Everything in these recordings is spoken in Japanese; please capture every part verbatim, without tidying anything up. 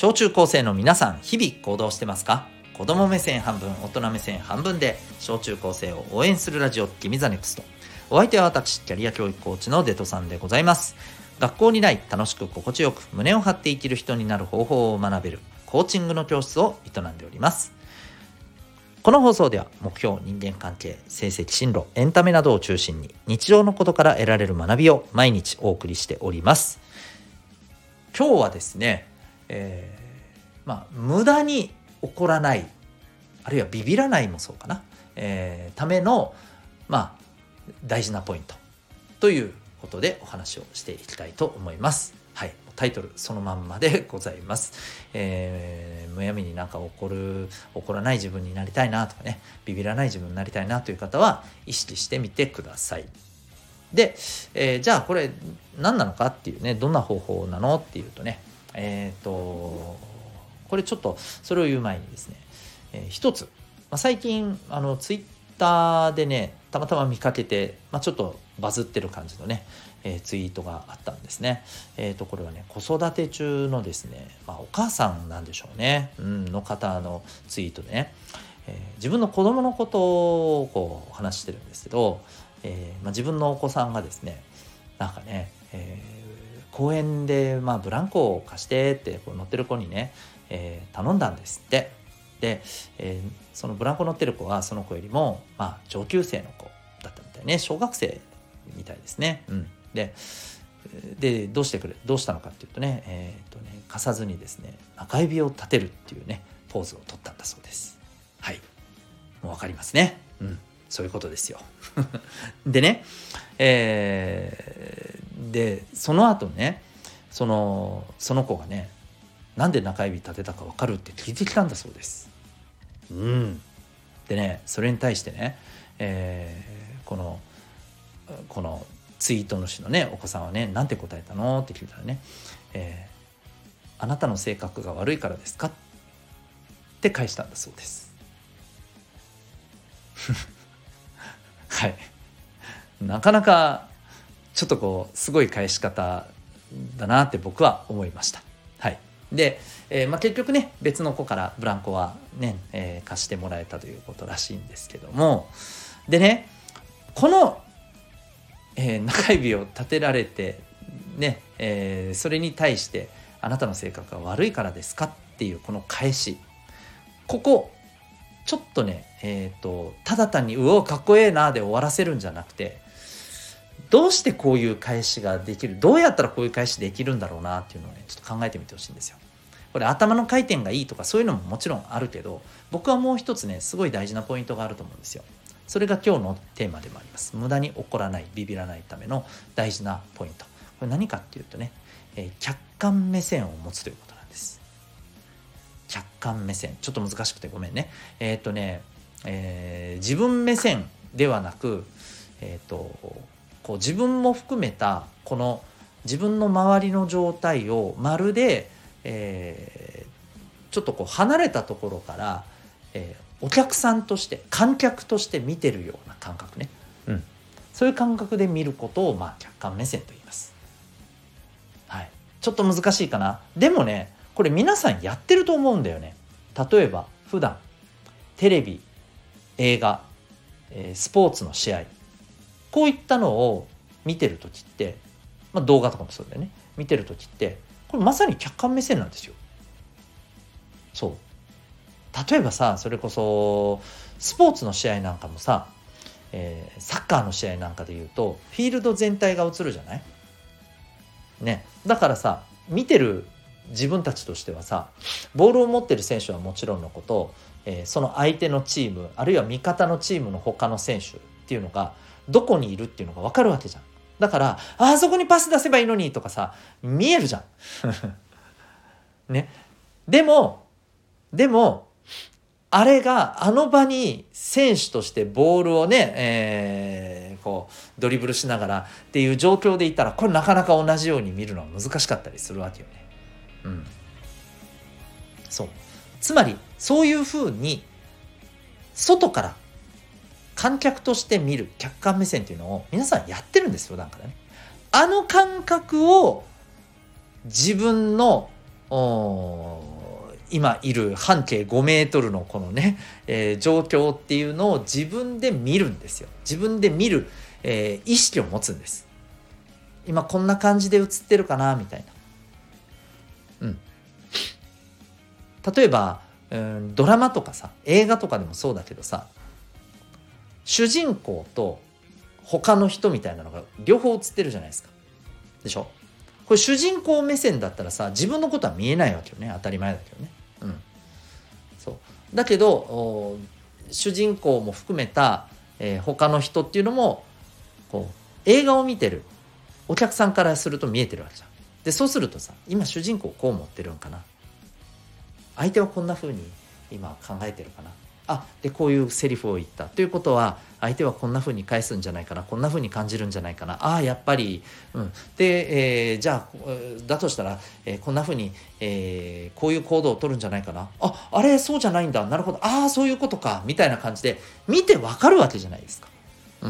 小中高生の皆さん、日々行動してますか？子供目線半分、大人目線半分で小中高生を応援するラジオ、ギミザネクスト。お相手は私、キャリア教育コーチのデトさんでございます。学校にない、楽しく心地よく胸を張って生きる人になる方法を学べるコーチングの教室を営んでおります。この放送では目標、人間関係、成績、進路、エンタメなどを中心に日常のことから得られる学びを毎日お送りしております。今日はですね、えー、まあ無駄に怒らない、あるいはビビらないもそうかな、えー、ためのまあ大事なポイントということでお話をしていきたいと思います。はい、タイトルそのまんまでございます。えー、むやみになんか怒る怒らない自分になりたいなとかね、ビビらない自分になりたいなという方は意識してみてください。で、えー、じゃあこれ何なのかっていうね、どんな方法なのっていうとね、えーとこれちょっとそれを言う前にですね、えー、一つ、まあ、最近あのツイッターでねたまたま見かけて、まあ、ちょっとバズってる感じのね、えー、ツイートがあったんですね。えーとこれはね、子育て中のですね、まあ、お母さんなんでしょうね、うん、の方のツイートでね、えー、自分の子供のことをこう話してるんですけど、えーまあ、自分のお子さんがですね、なんかね、えー公園で、まあ、ブランコを貸してってこう乗ってる子にね、えー、頼んだんですって。で、えー、そのブランコ乗ってる子はその子よりも、まあ、上級生の子だったみたいね、小学生みたいですね。うん、ででどうしてくれどうしたのかっていうとね、えー、とね貸さずにですね、中指を立てるっていうねポーズを取ったんだそうです。はい、もうわかりますね。うん、そういうことですよ。でね、えー、でその後ね、そのその子がね、なんで中指立てたか分かるって聞いてきたんだそうです。うん。でね、それに対してね、えー、このこのツイート主のねお子さんはね、なんて答えたのって聞いたらね、えー、あなたの性格が悪いからですかって返したんだそうです。はい。なかなかちょっとこうすごい返し方だなって僕は思いました。はい。で、えーまあ、結局ね別の子からブランコはね、えー、貸してもらえたということらしいんですけども、でね、この、えー、中指を立てられてね、えー、それに対してあなたの性格が悪いからですかっていうこの返し、ここちょっとね、えーと、ただ単にうおかっこええなで終わらせるんじゃなくて、どうしてこういう返しができる、どうやったらこういう返しできるんだろうなっていうのをねちょっと考えてみてほしいんですよ。これ頭の回転がいいとかそういうのももちろんあるけど、僕はもう一つねすごい大事なポイントがあると思うんですよ。それが今日のテーマでもあります。無駄に怒らない、ビビらないための大事なポイント、これ何かっていうとね、えー、客観目線を持つということなんです。客観目線、ちょっと難しくてごめんね。えっ、ー、とね、えー、自分目線ではなく、えっ、ー、とこう自分も含めたこの自分の周りの状態をまるで、えー、ちょっとこう離れたところから、えー、お客さんとして観客として見てるような感覚ね、うん、そういう感覚で見ることを、まあ、客観目線と言います。はい、ちょっと難しいかな。でもねこれ皆さんやってると思うんだよね。例えば普段テレビ、映画、えー、スポーツの試合、こういったのを見てるときって、まあ、動画とかもそうだよね、見てるときってこれまさに客観目線なんですよ。そう、例えばさ、それこそスポーツの試合なんかもさ、えー、サッカーの試合なんかで言うとフィールド全体が映るじゃないね。だからさ、見てる自分たちとしてはさ、ボールを持ってる選手はもちろんのこと、えー、その相手のチーム、あるいは味方のチームの他の選手っていうのがどこにいるっていうのが分かるわけじゃん。だからあそこにパス出せばいいのにとかさ、見えるじゃんね。でもでもあれがあの場に選手としてボールをね、えー、こうドリブルしながらっていう状況でいたら、これなかなか同じように見るのは難しかったりするわけよね。うん、そう、つまりそういうふうに外から観客として見る客観目線っていうのを皆さんやってるんですよ。なんかね、あの感覚を自分の今いる半径ごメートルのこのね、えー、状況っていうのを自分で見るんですよ。自分で見る、えー、意識を持つんです。今こんな感じで映ってるかなみたいな。うん。例えば、うん、ドラマとかさ、映画とかでもそうだけどさ、主人公と他の人みたいなのが両方映ってるじゃないですか。でしょ？これ主人公目線だったらさ、自分のことは見えないわけよね。当たり前だけどね。うん。そう。だけど主人公も含めた、えー、他の人っていうのもこう映画を見てるお客さんからすると見えてるわけじゃん。でそうするとさ、今主人公こう思ってるんかな、相手はこんな風に今考えてるかな、あでこういうセリフを言ったということは相手はこんな風に返すんじゃないかな、こんな風に感じるんじゃないかな、ああやっぱり、うん、で、えー、じゃあだとしたら、えー、こんな風に、えー、こういう行動を取るんじゃないかな、ああれそうじゃないんだ、なるほど、ああそういうことかみたいな感じで見てわかるわけじゃないですか。うん、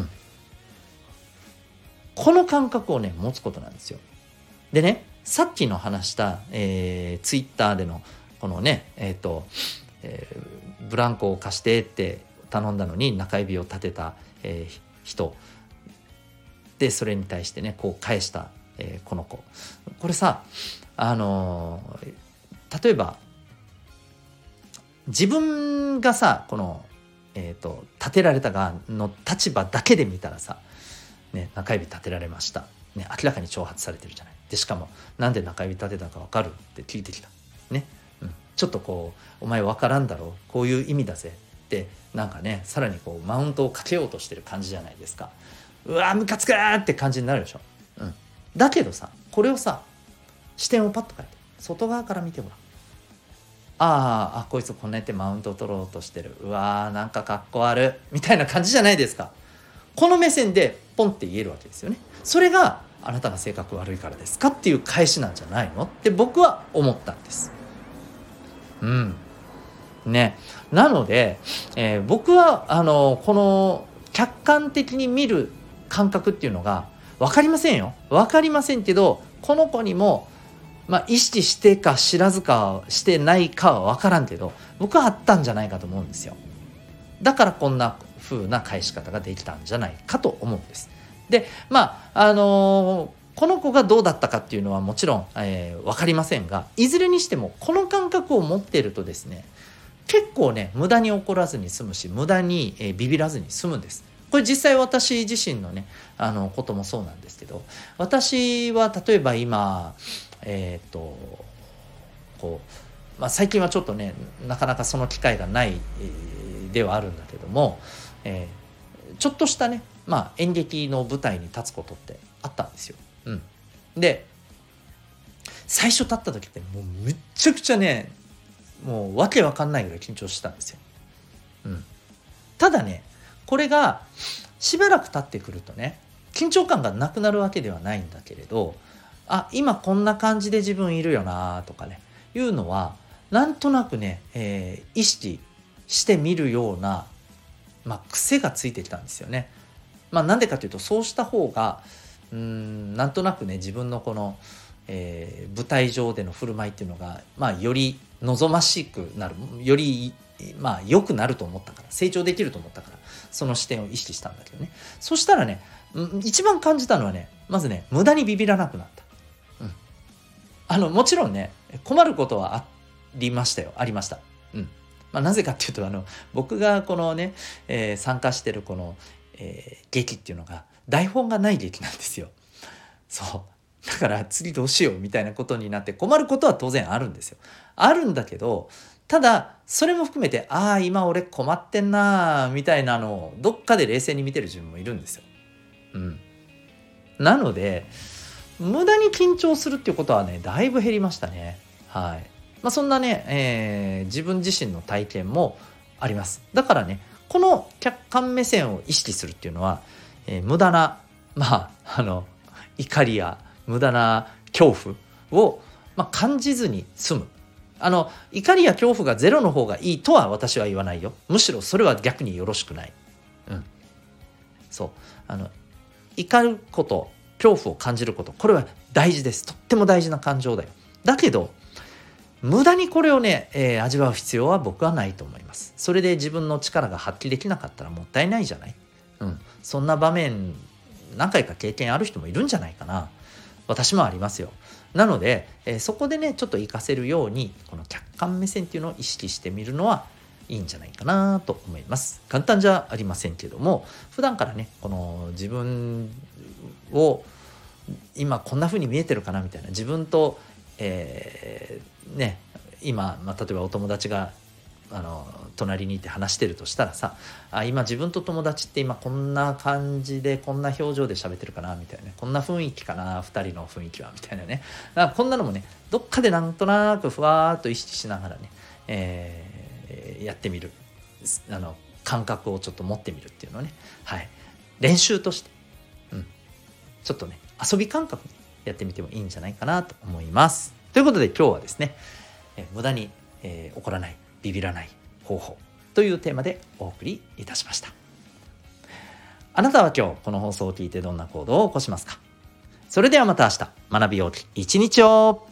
この感覚をね持つことなんですよ。でね、さっきの話した、えー、ツイッターでのこのねえっ、ー、と、えー、ブランコを貸してって頼んだのに中指を立てた、えー、人で、それに対してねこう返した、えー、この子、これさ、あのー、例えば自分がさこの、えーと、立てられた側の立場だけで見たらさ、ね、中指立てられました、ね、明らかに挑発されてるじゃない。でしかもなんで中指立てたか分かるって聞いてきた、ね、うん、ちょっとこうお前分からんだろう、こういう意味だぜってなんかねさらにこうマウントをかけようとしてる感じじゃないですか。うわムカつくーって感じになるでしょ、うん、だけどさこれをさ視点をパッと変えて外側から見てごらん。ああこいつこんなやってマウントを取ろうとしてる、うわーなんかかっこ悪みたいな感じじゃないですか。この目線でポンって言えるわけですよね。それがあなたが性格悪いからですかっていう返しなんじゃないのって僕は思ったんです。うんね、なので、えー、僕はあのこの客観的に見る感覚っていうのが分かりませんよ、分かりませんけど、この子にも、まあ、意識してか知らずかしてないかは分からんけど僕はあったんじゃないかと思うんですよ。だからこんな風な返し方ができたんじゃないかと思うんです。でまああのー、この子がどうだったかっていうのはもちろん、えー、分かりませんが、いずれにしてもこの感覚を持っているとですね、結構ね無駄に怒らずに済むし無駄に、えー、ビビらずに済むんです。これ実際私自身のねあのこともそうなんですけど、私は例えば今えっ、ー、とこう、まあ、最近はちょっとねなかなかその機会がない、えー、ではあるんだけども、えー、ちょっとしたね、まあ、演劇の舞台に立つことってあったんですよ。うん、で最初立った時ってもうめっちゃくちゃねもうわけわかんないぐらい緊張したんですよ。うん、ただねこれがしばらく経ってくるとね緊張感がなくなるわけではないんだけれど、あ今こんな感じで自分いるよなとかねいうのはなんとなくね、えー、意識してみるような、まあ、癖がついてきたんですよね。まあなんでかというとそうした方がうーんなんとなくね自分のこの、えー、舞台上での振る舞いっていうのが、まあ、より望ましくなる、よりまあ良くなると思ったから、成長できると思ったからその視点を意識したんだけどね。そしたらね一番感じたのはね、まずね無駄にビビらなくなった。うん、あのもちろんね困ることはありましたよ、ありました。うんまあ、なぜかっていうとあの僕がこのね、えー、参加してるこの、えー、劇っていうのが台本がない劇なんですよ。そうだから次どうしようみたいなことになって困ることは当然あるんですよ。あるんだけどただそれも含めてああ今俺困ってんなみたいなのをどっかで冷静に見てる自分もいるんですよ。うん、なので無駄に緊張するっていうことはねだいぶ減りましたね。はい。まあそんなね、えー、自分自身の体験もあります。だからねこの客観目線を意識するっていうのは、えー、無駄なまああの怒りや無駄な恐怖を、まあ、感じずに済む。あの怒りや恐怖がゼロの方がいいとは私は言わないよ。むしろそれは逆によろしくない。うん。そうあの怒ること恐怖を感じることこれは大事です。とっても大事な感情だよ。だけど無駄にこれをね、えー、味わう必要は僕はないと思います。それで自分の力が発揮できなかったらもったいないじゃない、うん、そんな場面何回か経験ある人もいるんじゃないかな。私もありますよ。なので、えー、そこでねちょっと活かせるようにこの客観目線っていうのを意識してみるのはいいんじゃないかなと思います。簡単じゃありませんけども、普段からねこの自分を今こんな風に見えてるかなみたいな、自分と、えー、ね今、まあ、例えばお友達があの隣にいて話してるとしたらさ、あ今自分と友達って今こんな感じでこんな表情で喋ってるかなみたいな、ね、こんな雰囲気かなふたりの雰囲気はみたいなね、だからこんなのもねどっかでなんとなくふわーっと意識しながらね、えー、やってみる、あの感覚をちょっと持ってみるっていうのをね、はい、練習として、うん、ちょっとね遊び感覚でやってみてもいいんじゃないかなと思います。ということで今日はですね、え無駄に、えー、怒らないビビらない方法というテーマでお送りいたしました。あなたは今日この放送を聞いてどんな行動を起こしますか？それではまた明日、学びようき一日を。